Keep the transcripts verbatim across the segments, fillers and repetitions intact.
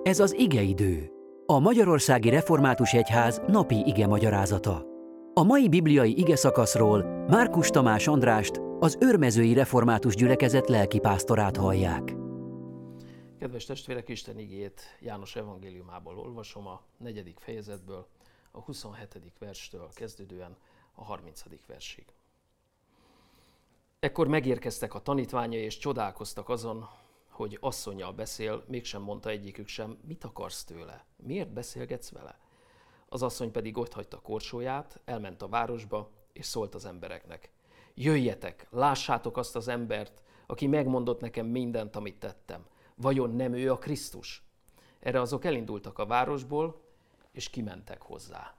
Ez az igeidő, a Magyarországi Református Egyház napi ige magyarázata. A mai bibliai ige szakaszról Márkus Tamás Andrást, az Őrmezői Református Gyülekezet lelkipásztorát hallják. Kedves testvérek, Isten igéjét János evangéliumából olvasom, a negyedik fejezetből, a huszonhetedik verstől kezdődően a harmincadik versig. Ekkor megérkeztek a tanítványai, és csodálkoztak azon, hogy asszonnyal beszél, mégsem mondta egyikük sem, mit akarsz tőle, miért beszélgetsz vele? Az asszony pedig otthagyta korsóját, elment a városba, és szólt az embereknek. Jöjjetek, lássátok azt az embert, aki megmondott nekem mindent, amit tettem. Vajon nem ő a Krisztus? Erre azok elindultak a városból, és kimentek hozzá.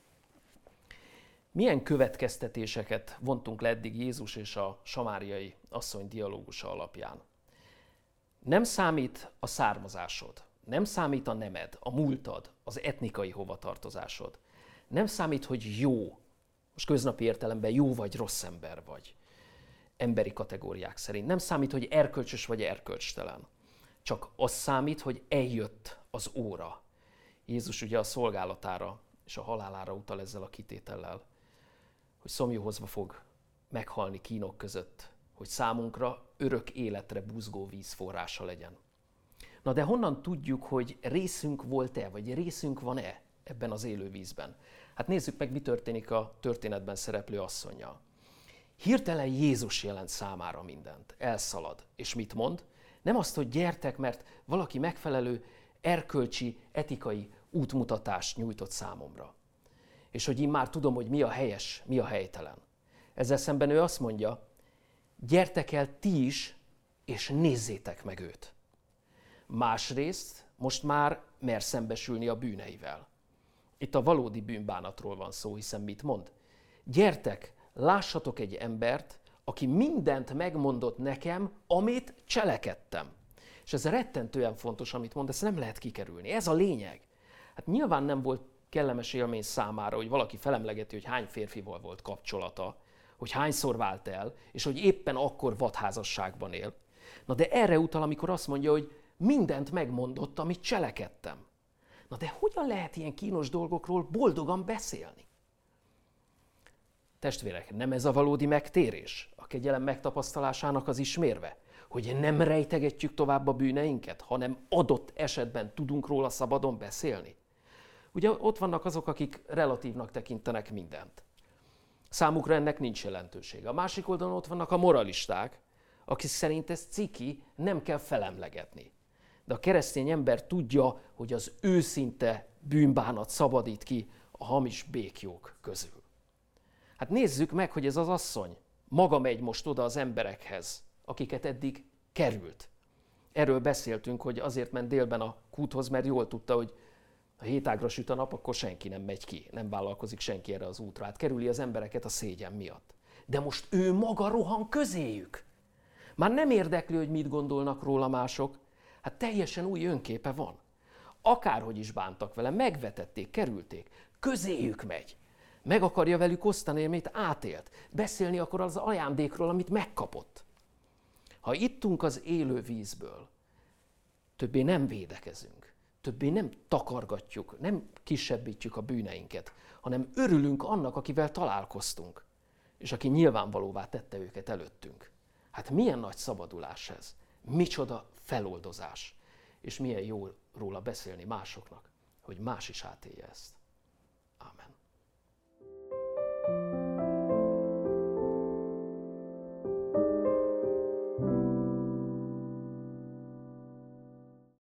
Milyen következtetéseket vontunk le eddig Jézus és a samáriai asszony dialógusa alapján? Nem számít a származásod, nem számít a nemed, a múltad, az etnikai hovatartozásod. Nem számít, hogy jó, most köznapi értelemben jó vagy rossz ember vagy, emberi kategóriák szerint. Nem számít, hogy erkölcsös vagy erkölcstelen. Csak az számít, hogy eljött az óra. Jézus ugye a szolgálatára és a halálára utal ezzel a kitétellel, hogy szomjúhozva fog meghalni kínok között, hogy számunkra örök életre buzgó víz forrása legyen. Na de honnan tudjuk, hogy részünk volt-e, vagy részünk van-e ebben az élő vízben? Hát nézzük meg, mi történik a történetben szereplő asszonnyal. Hirtelen Jézus jelent számára mindent, elszalad, és mit mond? Nem azt, hogy gyertek, mert valaki megfelelő erkölcsi, etikai útmutatást nyújtott számomra. És hogy én már tudom, hogy mi a helyes, mi a helytelen. Ezzel szemben ő azt mondja, gyertek el ti is, és nézzétek meg őt. Másrészt most már mer szembesülni a bűneivel. Itt a valódi bűnbánatról van szó, hiszen mit mond? Gyertek, lássatok egy embert, aki mindent megmondott nekem, amit cselekedtem. És ez rettentően fontos, amit mond, ezt nem lehet kikerülni. Ez a lényeg. Hát nyilván nem volt kellemes élmény számára, hogy valaki felemlegeti, hogy hány férfival volt kapcsolata, hogy hányszor vált el, és hogy éppen akkor vadházasságban él. Na de erre utal, amikor azt mondja, hogy mindent megmondott, amit cselekedtem. Na de hogyan lehet ilyen kínos dolgokról boldogan beszélni? Testvérek, nem ez a valódi megtérés, a kegyelem megtapasztalásának az ismérve, hogy nem rejtegetjük tovább a bűneinket, hanem adott esetben tudunk róla szabadon beszélni? Ugye ott vannak azok, akik relatívnak tekintenek mindent. Számukra ennek nincs jelentősége. A másik oldalon ott vannak a moralisták, akik szerint ez ciki, nem kell felemlegetni. De a keresztény ember tudja, hogy az őszinte bűnbánat szabadít ki a hamis békjók közül. Hát nézzük meg, hogy ez az asszony maga megy most oda az emberekhez, akiket eddig került. Erről beszéltünk, hogy azért ment délben a kúthoz, mert jól tudta, hogy ha hétágra süt a nap, akkor senki nem megy ki, nem vállalkozik senki erre az útra. Hát kerüli az embereket a szégyen miatt. De most ő maga rohan közéjük. Már nem érdekli, hogy mit gondolnak róla mások, hát teljesen új önképe van. Akárhogy is bántak vele, megvetették, kerülték, közéjük megy. Meg akarja velük osztani, amit átélt. Beszélni akar az ajándékról, amit megkapott. Ha ittunk az élő vízből, többé nem védekezünk. Többé nem takargatjuk, nem kisebbítjük a bűneinket, hanem örülünk annak, akivel találkoztunk, és aki nyilvánvalóvá tette őket előttünk. Hát milyen nagy szabadulás ez, micsoda feloldozás, és milyen jó róla beszélni másoknak, hogy más is átélje ezt.